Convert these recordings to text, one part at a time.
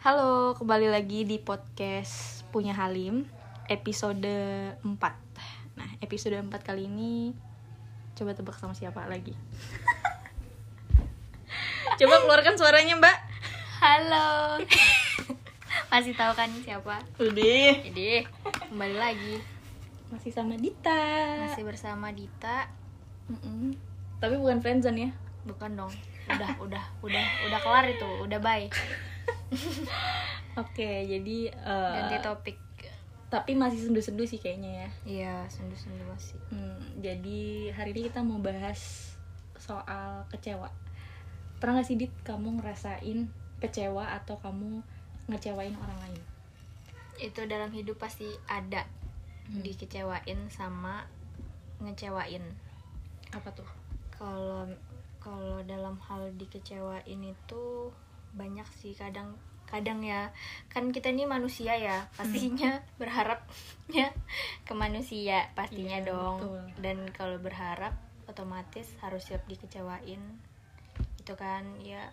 Halo, kembali lagi di podcast Punya Halim, episode 4. Nah, episode 4 kali ini coba tebak sama siapa lagi? Coba keluarkan suaranya, Mbak. Halo. Masih tahu kan siapa? Udah. Jadi, kembali lagi. Masih sama Dita. Masih bersama Dita. Tapi bukan friendzone ya? Bukan dong. Udah kelar itu, udah bye. Oke, jadi Ganti topik. tapi masih sendu-sendu sih kayaknya ya. Iya, sendu-sendu masih. Jadi hari ini kita mau bahas soal kecewa. Pernah gak sih Dit kamu ngerasain kecewa atau kamu ngecewain orang lain? Itu dalam hidup pasti ada dikecewain sama ngecewain. Apa tuh? Kalau dalam hal dikecewain itu banyak sih, kadang ya kan kita ini manusia ya, pastinya berharapnya ke manusia pastinya Iya, dong, betul. dan kalau berharap otomatis harus siap dikecewain itu kan ya.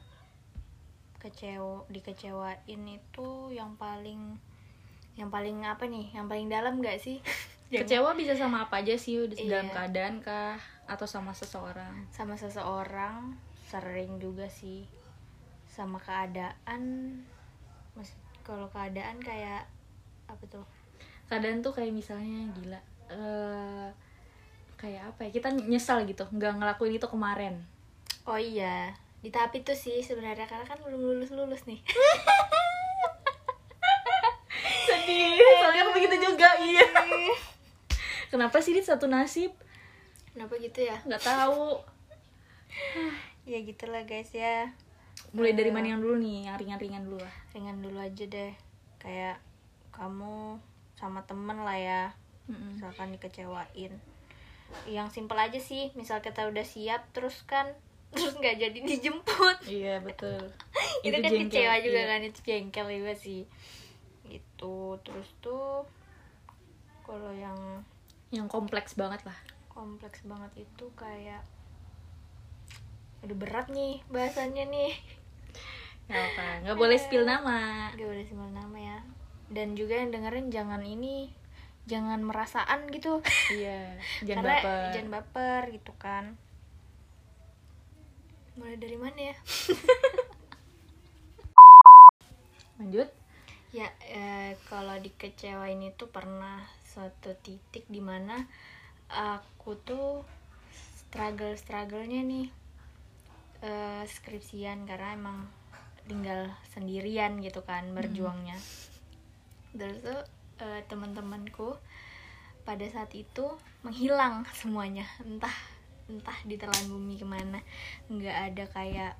Dikecewain itu yang paling apa nih, yang paling dalam gak sih? Kecewa bisa sama apa aja sih, dalam Iya. keadaan kah atau sama seseorang? Sama seseorang, sering juga sih sama keadaan. Kalau keadaan kayak apa tuh? Keadaan tuh kayak misalnya gila, kayak apa ya, kita nyesal gitu nggak ngelakuin itu kemarin. Oh iya, di tahap itu sih sebenarnya, karena kan belum lulus nih. Sedih, soalnya aku begitu juga. Iya. Kenapa sih Dit satu nasib? Kenapa gitu ya? Nggak tahu. Ya gitulah guys ya. Mulai dari mana yang dulu nih? Yang ringan-ringan dulu lah. Ringan dulu aja deh. Kayak kamu sama temen lah ya, misalkan dikecewain. Yang simpel aja sih, misal kita udah siap terus nggak jadi dijemput. Iya betul. Itu kan jengkel, kecewa juga iya. kan, itu jengkel juga sih. Gitu. Terus tuh kalau Yang kompleks banget lah. kompleks banget itu kayak udah berat nih bahasannya nih. Nggak apa, nggak boleh spill nama. Gak boleh sebut nama ya. Dan juga yang dengerin jangan merasaan gitu. Iya, jangan Karena baper. jangan baper gitu kan. Mulai dari mana ya? Lanjut. Ya, kalau dikecewain itu pernah suatu titik dimana aku tuh struggle-nya nih skripsian, karena emang tinggal sendirian gitu kan berjuangnya. Terus tuh teman-temanku pada saat itu menghilang semuanya, entah ditelan bumi kemana. Nggak ada kayak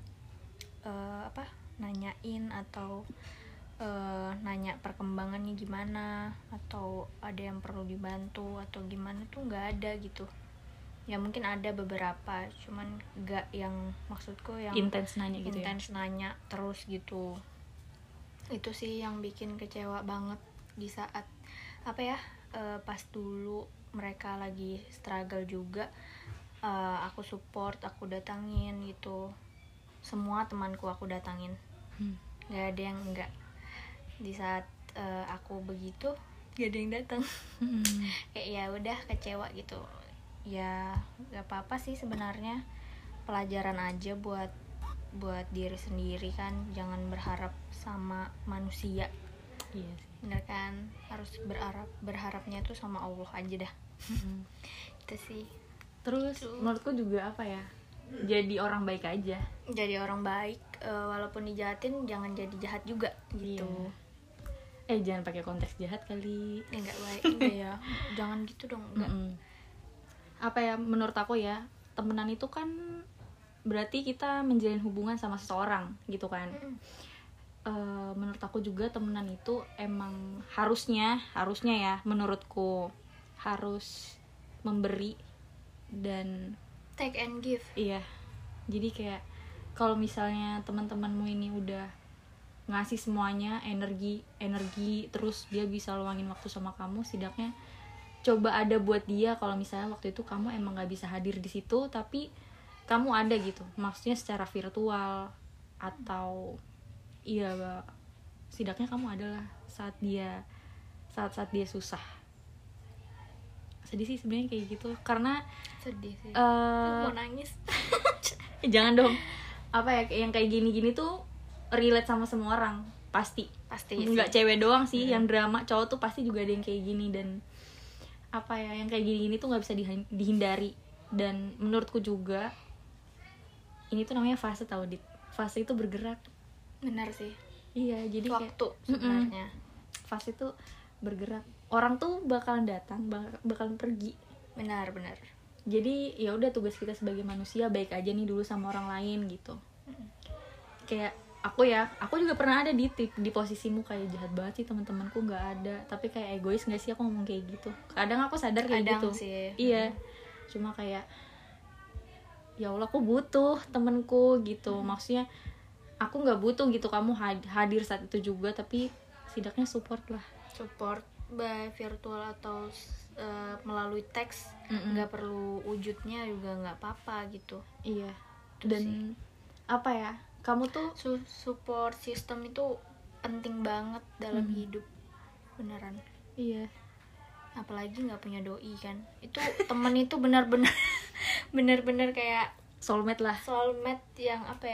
nanyain atau nanya perkembangannya gimana, atau ada yang perlu dibantu atau gimana, tuh nggak ada gitu. Ya mungkin ada beberapa, cuman nggak yang, maksudku yang Intens nanya gitu ya. intens nanya terus gitu. Itu sih yang bikin kecewa banget di saat pas dulu mereka lagi struggle juga. Aku support, aku datangin gitu, semua temanku aku datangin. Nggak ada yang enggak. Di saat aku begitu nggak ada yang datang. Kayak ya udah kecewa gitu ya. Nggak apa-apa sih sebenarnya, pelajaran aja buat diri sendiri kan. Jangan berharap sama manusia. Iya sih. Bener kan, harus berharapnya tuh sama Allah aja dah. Itu sih. Terus menurutku juga apa ya, jadi orang baik aja. Jadi orang baik, walaupun dijahatin jangan jadi jahat juga gitu. Iya. Jangan pakai konteks jahat kali. Ya nggak baik enggak ya. Jangan gitu dong, enggak. Apa ya, menurut aku ya, temenan itu kan berarti kita menjalin hubungan sama seseorang gitu kan. Menurut aku juga temenan itu emang harusnya ya, menurutku harus memberi dan Take and give. iya. Jadi kayak kalau misalnya teman-temanmu ini udah ngasih semuanya, energi terus dia bisa luangin waktu sama kamu, setidaknya coba ada buat dia. Kalau misalnya waktu itu kamu emang nggak bisa hadir di situ, tapi kamu ada gitu, maksudnya secara virtual atau iya setidaknya kamu adalah saat dia susah. Sedih sih sebenarnya kayak gitu, karena sedih sih. Mau nangis. Jangan dong. Apa ya, yang kayak gini-gini tuh relate sama semua orang pasti nggak cewek doang sih yang drama, cowok tuh pasti juga ada yang kayak gini. Dan apa ya, yang kayak gini-gini tuh nggak bisa dihindari. Dan menurutku juga ini tuh namanya fase, tau Dit. Fase itu bergerak. Benar sih. Iya, jadi waktu sebenarnya. Fase itu bergerak. Orang tuh bakalan datang, bakalan pergi. Benar. Jadi ya udah, tugas kita sebagai manusia baik aja nih dulu sama orang lain gitu. Kayak aku juga pernah ada di posisimu, kayak jahat banget sih teman-temanku nggak ada, tapi kayak egois nggak sih aku ngomong kayak gitu. Kadang aku sadar kayak gitu sih. Iya. Cuma kayak ya Allah, aku butuh temenku gitu. Maksudnya aku nggak butuh gitu kamu hadir saat itu juga, tapi setidaknya support by virtual atau melalui teks. Nggak perlu wujudnya juga nggak apa-apa gitu. Iya. Dan apa ya, kamu tuh support system itu penting banget dalam hidup, beneran. Iya. Apalagi nggak punya doi kan, itu temen itu bener-bener kayak soulmate yang apa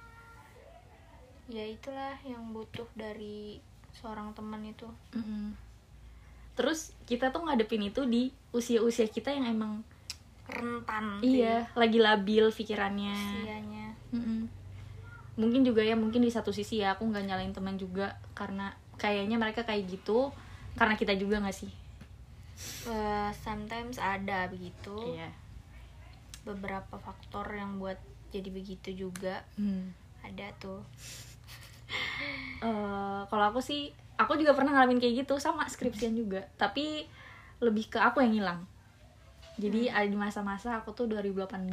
ya itulah yang butuh dari seorang teman itu. Terus kita tuh ngadepin itu di usia kita yang emang rentan. Iya, lagi labil pikirannya. Usianya. Mungkin juga ya, mungkin di satu sisi ya aku nggak nyalain teman juga, karena kayaknya mereka kayak gitu karena kita juga nggak sih? Sometimes ada begitu. Iya. Beberapa faktor yang buat jadi begitu juga. Ada tuh. Kalau aku sih, aku juga pernah ngalamin kayak gitu, sama skripsian juga, tapi lebih ke aku yang hilang. Jadi ada di masa-masa aku tuh 2018,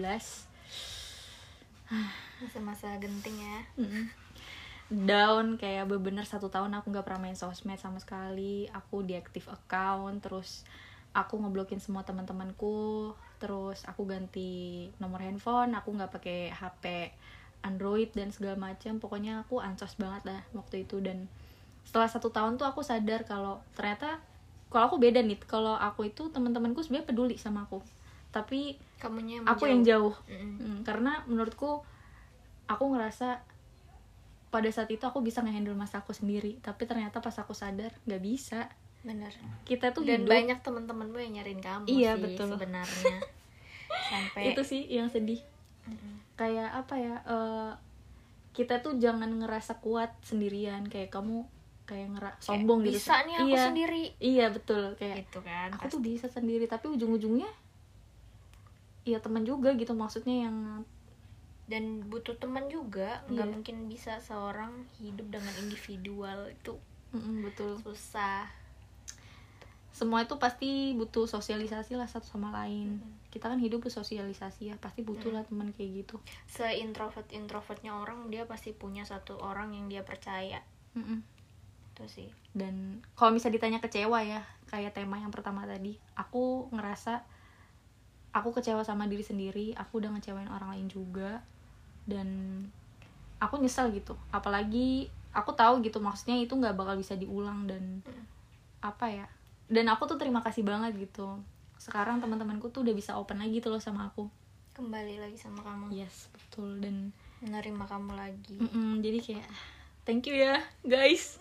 masa-masa genting ya. Down, kayak bener-bener 1 tahun aku nggak pernah main sosmed sama sekali. Aku deactive account, terus aku ngeblokin semua teman-temanku, terus aku ganti nomor handphone, aku nggak pakai HP Android dan segala macam. Pokoknya aku ansos banget lah waktu itu. Dan setelah 1 tahun tuh aku sadar kalau ternyata kalau aku beda nih. Kalau aku itu teman-temanku sebenarnya peduli sama aku, tapi aku yang jauh. Karena menurutku aku ngerasa pada saat itu aku bisa nge-handle masa aku sendiri, tapi ternyata pas aku sadar nggak bisa. Bener. Kita tuh dan hidup. Banyak teman-temanmu yang nyariin kamu. Iya, sih betul. Sebenarnya. Sampai itu sih yang sedih. Kayak apa ya, kita tuh jangan ngerasa kuat sendirian, kayak kamu kayak sombong gitu. Bisa nih aku sendiri. Iya, betul, kayak itu kan aku tuh bisa sendiri, tapi ujung-ujungnya ya teman juga gitu, maksudnya yang dan butuh teman juga. Nggak mungkin bisa seorang hidup dengan individual itu. Betul, susah. Semua itu pasti butuh sosialisasi lah satu sama lain. Kita kan hidup bersosialisasi ya, pasti butuh lah teman kayak gitu. Introvertnya orang, dia pasti punya satu orang yang dia percaya. Itu sih. Dan kalau misalnya ditanya kecewa ya, kayak tema yang pertama tadi, aku ngerasa aku kecewa sama diri sendiri. Aku udah ngecewain orang lain juga, dan aku nyesel gitu. Apalagi aku tahu gitu, maksudnya itu nggak bakal bisa diulang. Dan apa ya, dan aku tuh terima kasih banget gitu, sekarang teman-temanku tuh udah bisa open lagi gitu loh sama aku, kembali lagi sama kamu. Yes, betul. Dan menerima kamu lagi. Jadi kayak thank you ya guys.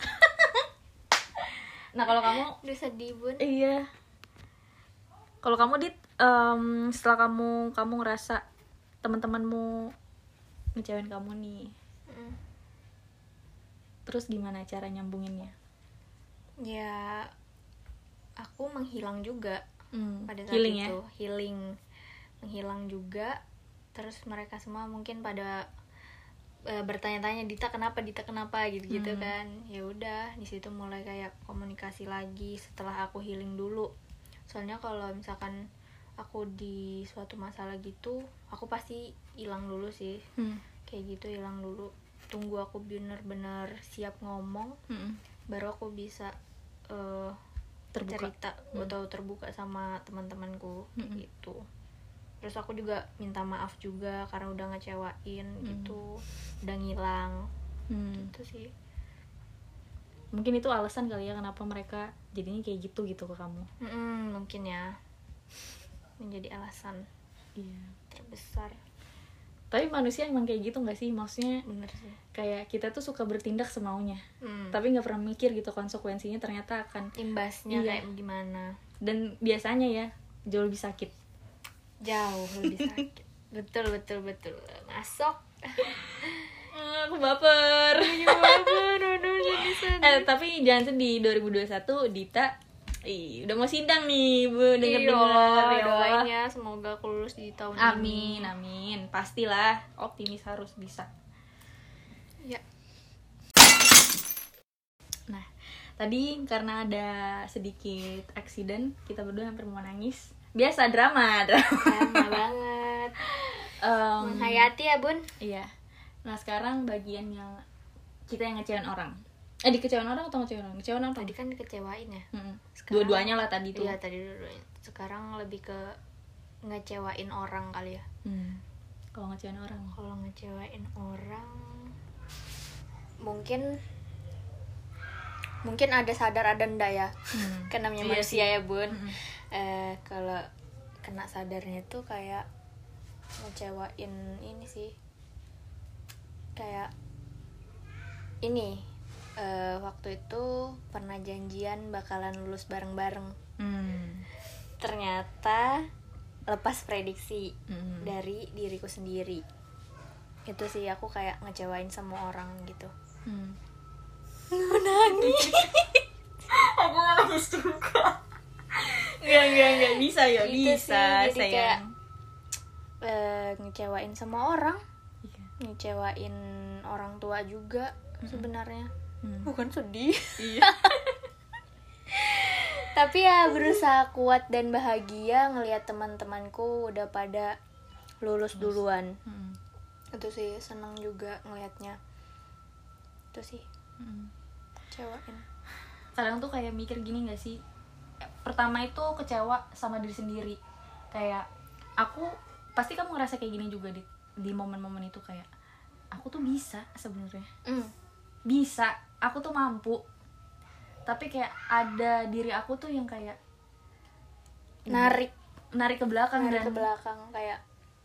Nah, kalau kamu udah sedih Bun. Iya. Kalau kamu Dit, setelah kamu ngerasa teman-temanmu ngecewain kamu nih, terus gimana cara nyambunginnya? Ya, aku menghilang juga pada saat healing itu. Ya? Healing, menghilang juga. Terus mereka semua mungkin pada bertanya-tanya, Dita kenapa gitu kan. Ya udah, di situ mulai kayak komunikasi lagi setelah aku healing dulu. Soalnya kalau misalkan aku di suatu masalah gitu, aku pasti hilang dulu sih. Kayak gitu, hilang dulu, tunggu aku bener-bener siap ngomong, baru aku bisa cerita atau terbuka sama teman-temanku gitu. Terus aku juga minta maaf juga karena udah ngecewain gitu, udah ngilang gitu sih. Mungkin itu alasan kali ya kenapa mereka jadinya kayak gitu ke kamu. Mungkin ya, menjadi alasan Iya. terbesar. Tapi manusia emang kayak gitu nggak sih? Maksudnya Bener sih. kayak kita tuh suka bertindak semaunya, tapi nggak pernah mikir gitu konsekuensinya ternyata akan Imbasnya Iya. kayak gimana. dan biasanya ya jauh lebih sakit. Jauh lebih sakit. betul. Masuk. Aku baper. Aduh, jadi sedih. Tapi jangan sedih, 2021 Dita udah mau sidang nih, Bu. Denger ya. Doain ya, semoga aku lulus di tahun ini. Amin. Pastilah, optimis harus bisa. Ya. Nah, tadi karena ada sedikit aksiden, kita berdua hampir mau nangis. Biasa drama. Sama banget. Menghayati ya, Bun. Iya. Nah, sekarang bagian yang kita yang ngecewain orang. Dikecewain orang atau ngecewain orang? Ngecewain orang. Tadi kan dikecewain ya. Sekarang, dua-duanya lah tadi tuh. Iya, tadi dua-duanya. Sekarang lebih ke ngecewain orang kali ya. Kalau ngecewain orang. Kalau ngecewain orang, mungkin ada sadar ada enggak ya. Kan namanya manusia ya, Bun. Kalau kena sadarnya tuh kayak ngecewain ini sih. Kayak ini waktu itu pernah janjian bakalan lulus bareng-bareng. Ternyata lepas prediksi dari diriku sendiri. Itu sih aku kayak ngecewain sama orang gitu. Nangis. Aku nangis juga. Enggak bisa ya, Gitu bisa sih, jadi kayak sayang. ngecewain sama orang, Iya. ngecewain orang tua juga sebenarnya. Bukan sedih. Iya. Tapi ya berusaha kuat dan bahagia ngelihat teman-temanku udah pada lulus duluan. Itu sih senang juga ngelihatnya. Itu sih kecewain. Kadang tuh kayak mikir gini gak sih, pertama itu kecewa sama diri sendiri, kayak aku pasti kamu ngerasa kayak gini juga di momen-momen itu, kayak aku tuh bisa sebenarnya, bisa, aku tuh mampu, tapi kayak ada diri aku tuh yang kayak narik ke belakang dan ke belakang, kayak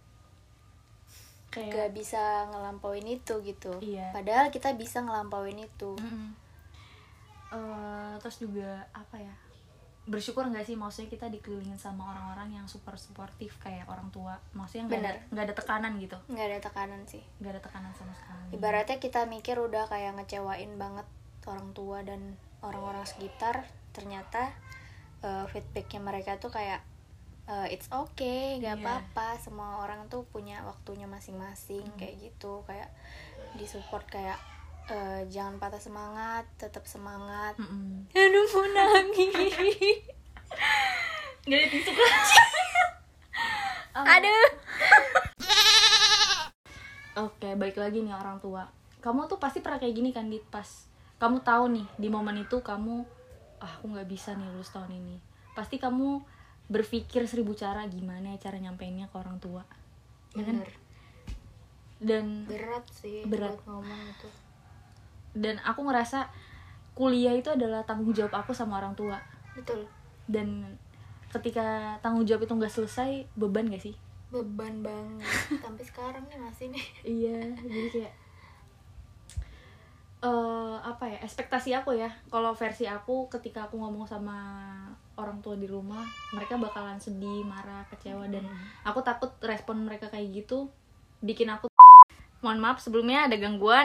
gak bisa ngelampauin itu gitu. Iya. Padahal kita bisa ngelampauin itu. Terus juga apa ya, bersyukur nggak sih, maksudnya kita dikelilingin sama orang-orang yang super suportif kayak orang tua, maksudnya nggak ada tekanan gitu. Nggak ada tekanan sih, nggak ada tekanan sama sekali. Ibaratnya kita mikir udah kayak ngecewain banget orang tua dan orang-orang sekitar, ternyata feedbacknya mereka tuh kayak it's okay, gak apa-apa, semua orang tuh punya waktunya masing-masing. Kayak gitu, kayak disupport, kayak jangan patah semangat, tetap semangat. Aduh, mau nangis. Gak ada tisu kan? Aduh. Oke, balik lagi nih orang tua. Kamu tuh pasti pernah kayak gini kan, Dit, pas kamu tahu nih di momen itu kamu aku nggak bisa nih lulus tahun ini. Pasti kamu berpikir 1000 cara gimana cara nyampeinnya ke orang tua. Bener. Dan Berat sih buat ngomong itu. Dan aku ngerasa kuliah itu adalah tanggung jawab aku sama orang tua. Betul. Dan ketika tanggung jawab itu nggak selesai, beban gak sih? Beban banget. Sampai sekarang nih masih nih. Iya, jadi kayak apa ya, ekspektasi aku ya, kalau versi aku ketika aku ngomong sama orang tua di rumah, mereka bakalan sedih, marah, kecewa, dan aku takut respon mereka kayak gitu bikin aku mohon maaf sebelumnya ada gangguan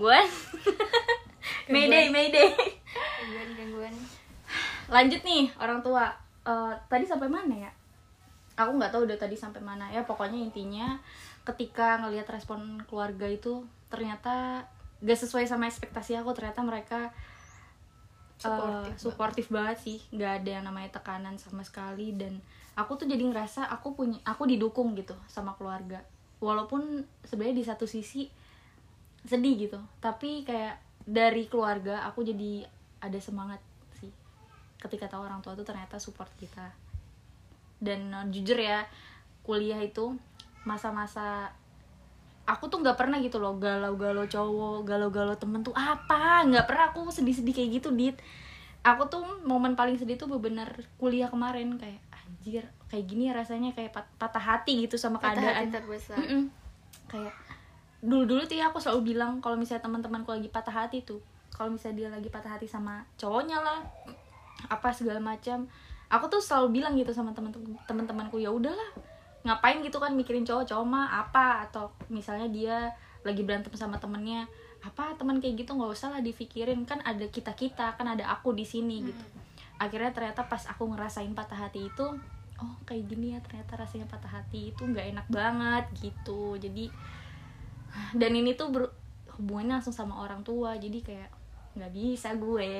Mayday. Gangguan. Lanjut nih orang tua. Tadi sampai mana ya? Aku nggak tahu udah tadi sampai mana ya. Pokoknya intinya ketika ngelihat respon keluarga itu ternyata gak sesuai sama ekspektasi aku. Ternyata mereka suportif banget sih. Gak ada yang namanya tekanan sama sekali. Dan aku tuh jadi ngerasa aku didukung gitu sama keluarga. Walaupun sebenarnya di satu sisi sedih gitu, tapi kayak dari keluarga aku jadi ada semangat sih ketika tahu orang tua tuh ternyata support kita. Dan jujur ya, kuliah itu masa-masa aku tuh nggak pernah gitu loh galau-galau cowok, galau-galau temen tuh apa, nggak pernah aku sedih-sedih kayak gitu, Dit. Aku tuh momen paling sedih tuh bener kuliah kemarin, kayak anjir kayak gini rasanya, kayak patah hati gitu sama keadaan. Patah hati terbesar. Kayak dulu tuh ya aku selalu bilang kalau misalnya teman-temanku lagi patah hati tuh, kalau misalnya dia lagi patah hati sama cowoknya lah apa segala macam, aku tuh selalu bilang gitu sama teman-temanku, ya udahlah ngapain gitu kan mikirin cowok mah apa, atau misalnya dia lagi berantem sama temennya, apa teman kayak gitu nggak usah lah dipikirin, kan ada kita kan ada aku di sini gitu. Akhirnya ternyata pas aku ngerasain patah hati itu, oh kayak gini ya ternyata rasanya patah hati itu nggak enak banget gitu. Jadi dan ini tuh hubungannya langsung sama orang tua, jadi kayak nggak bisa gue.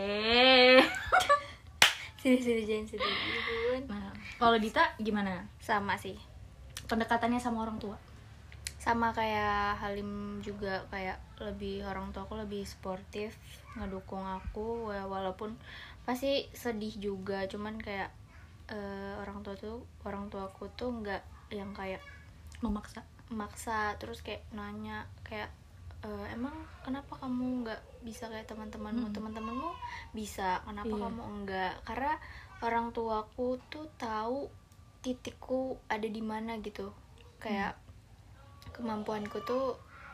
Sini jangan sedih. Nah, kalau Dita gimana? Sama sih, Pendekatannya sama orang tua? sama kayak Halim juga, kayak lebih orang tua aku lebih sportif, ngedukung aku ya, walaupun pasti sedih juga, cuman kayak orang tuaku tuh nggak yang kayak memaksa terus kayak nanya kayak emang kenapa kamu nggak bisa kayak teman-temanmu, teman-temanmu bisa, kenapa kamu enggak? Karena orang tuaku tuh tahu titikku ada di mana gitu, kayak kemampuanku tuh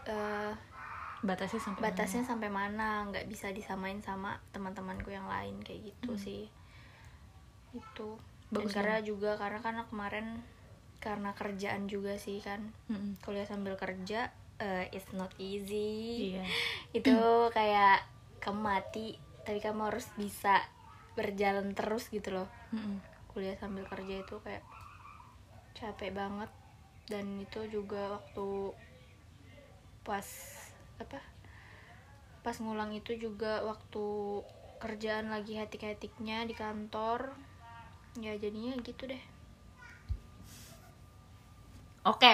batasnya sampai mana, nggak bisa disamain sama teman-temanku yang lain kayak gitu sih. Itu dan karena kan kemarin karena kerjaan juga sih kan, kuliah sambil kerja, it's not easy. Itu kayak kamu mati tapi kamu harus bisa berjalan terus gitu loh. Kuliah sambil kerja itu kayak capek banget. Dan itu juga waktu pas ngulang itu juga waktu kerjaan lagi hektik-hektiknya di kantor ya, jadinya gitu deh. Oke.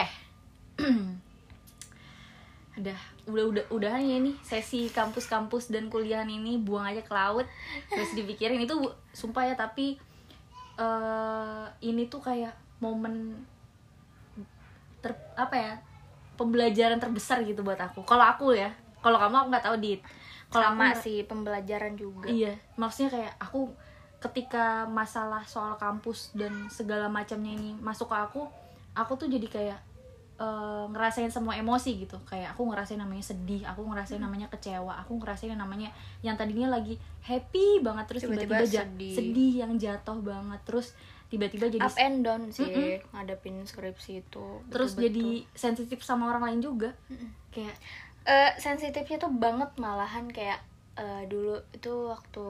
udahan ya nih sesi kampus dan kuliahan ini, buang aja ke laut, terus dipikirin itu sumpah ya. Tapi ini tuh kayak momen pembelajaran terbesar gitu buat aku. Kalau aku ya, kalau kamu aku nggak tahu, Dit. Kalau sama sih pembelajaran juga. Iya, maksudnya kayak aku ketika masalah soal kampus dan segala macamnya ini masuk ke aku tuh jadi kayak ngerasain semua emosi gitu. Kayak aku ngerasain namanya sedih, aku ngerasain namanya kecewa, aku ngerasain namanya yang tadinya lagi happy banget terus tiba-tiba sedih yang jatuh banget, terus tiba-tiba jadi up and down sih ngadepin skripsi itu. Terus jadi sensitif sama orang lain juga. Kayak sensitifnya tuh banget malahan, kayak dulu itu waktu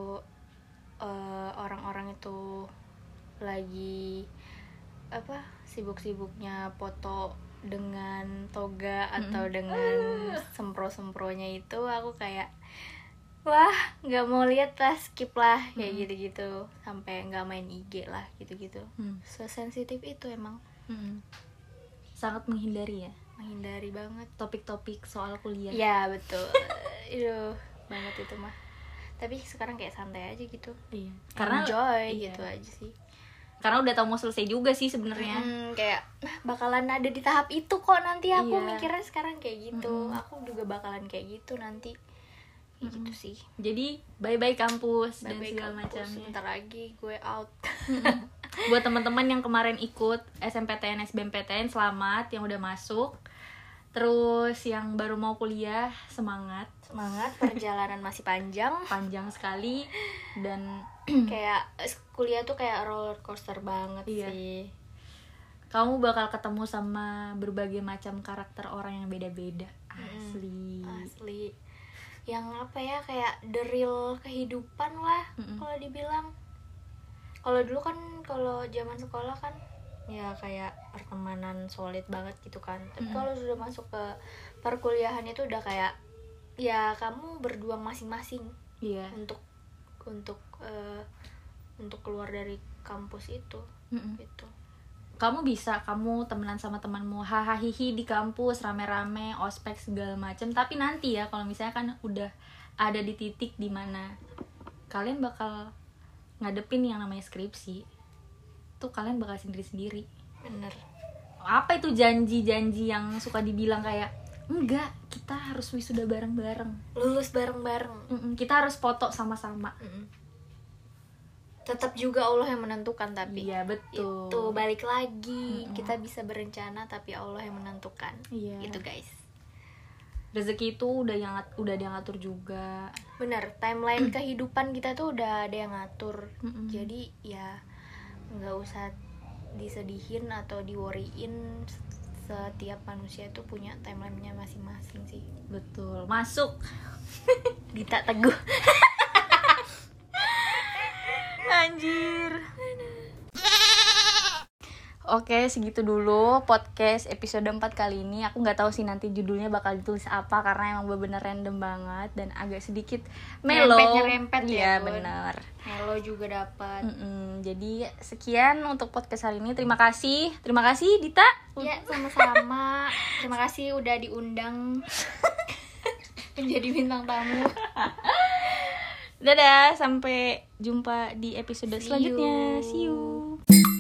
orang-orang itu lagi sibuk-sibuknya foto dengan toga atau dengan sempro-sempronya itu, aku kayak wah nggak mau lihat lah, skip lah kayak gitu-gitu, sampai nggak main IG lah gitu-gitu. So sensitif itu emang. Sangat menghindari banget topik-topik soal kuliah. Ya betul. Itu banget itu mah. Tapi sekarang kayak santai aja gitu. Iya. Karena enjoy gitu aja sih. Karena udah tau mau selesai juga sih sebenarnya. Kayak bakalan ada di tahap itu kok nanti, aku mikirnya sekarang kayak gitu. Aku juga bakalan kayak gitu nanti. Kayak gitu sih. Jadi bye-bye kampus dan segala macamnya. Bentar lagi gue out. Buat teman-teman yang kemarin ikut SMPTN, SBMPTN, selamat yang udah masuk. Terus yang baru mau kuliah, semangat, perjalanan masih panjang sekali. Dan kayak kuliah tuh kayak roller coaster banget sih. Kamu bakal ketemu sama berbagai macam karakter orang yang beda-beda. Asli. Yang kayak the real kehidupan lah kalau dibilang. Kalau dulu kan, kalau zaman sekolah kan ya kayak pertemanan solid banget gitu kan. Tapi kalau sudah masuk ke perkuliahan itu udah kayak ya kamu berjuang masing-masing untuk keluar dari kampus itu. Gitu. Kamu temenan sama temanmu, hahaha di kampus rame-rame, ospek segala macam. Tapi nanti ya kalau misalnya kan udah ada di titik dimana kalian bakal ngadepin yang namanya skripsi, tuh kalian bakal sendiri-sendiri. Bener. Apa itu janji-janji yang suka dibilang kayak Enggak, kita harus wisuda bareng-bareng. Lulus bareng-bareng. Kita harus foto sama-sama. Tetap juga Allah yang menentukan, tapi Iya, betul. itu balik lagi, kita bisa berencana tapi Allah yang menentukan. Iya. Gitu guys. Rezeki itu udah dia ngatur juga. Bener, timeline kehidupan kita tuh udah ada yang ngatur. Jadi ya nggak usah disedihin atau diworryin. Setiap manusia itu punya timelinenya masing-masing sih. Betul. Masuk. Dita Teguh. Anjir. Oke, segitu dulu podcast episode 4 kali ini. Aku nggak tahu sih nanti judulnya bakal ditulis apa, karena emang bener-bener random banget dan agak sedikit melo. Nyerempet ya, Bun. bener. Melo juga dapat. Jadi sekian untuk podcast hari ini. Terima kasih Dita. Ya, sama-sama. Terima kasih udah diundang menjadi bintang tamu. Dadah, sampai jumpa di episode selanjutnya. See you.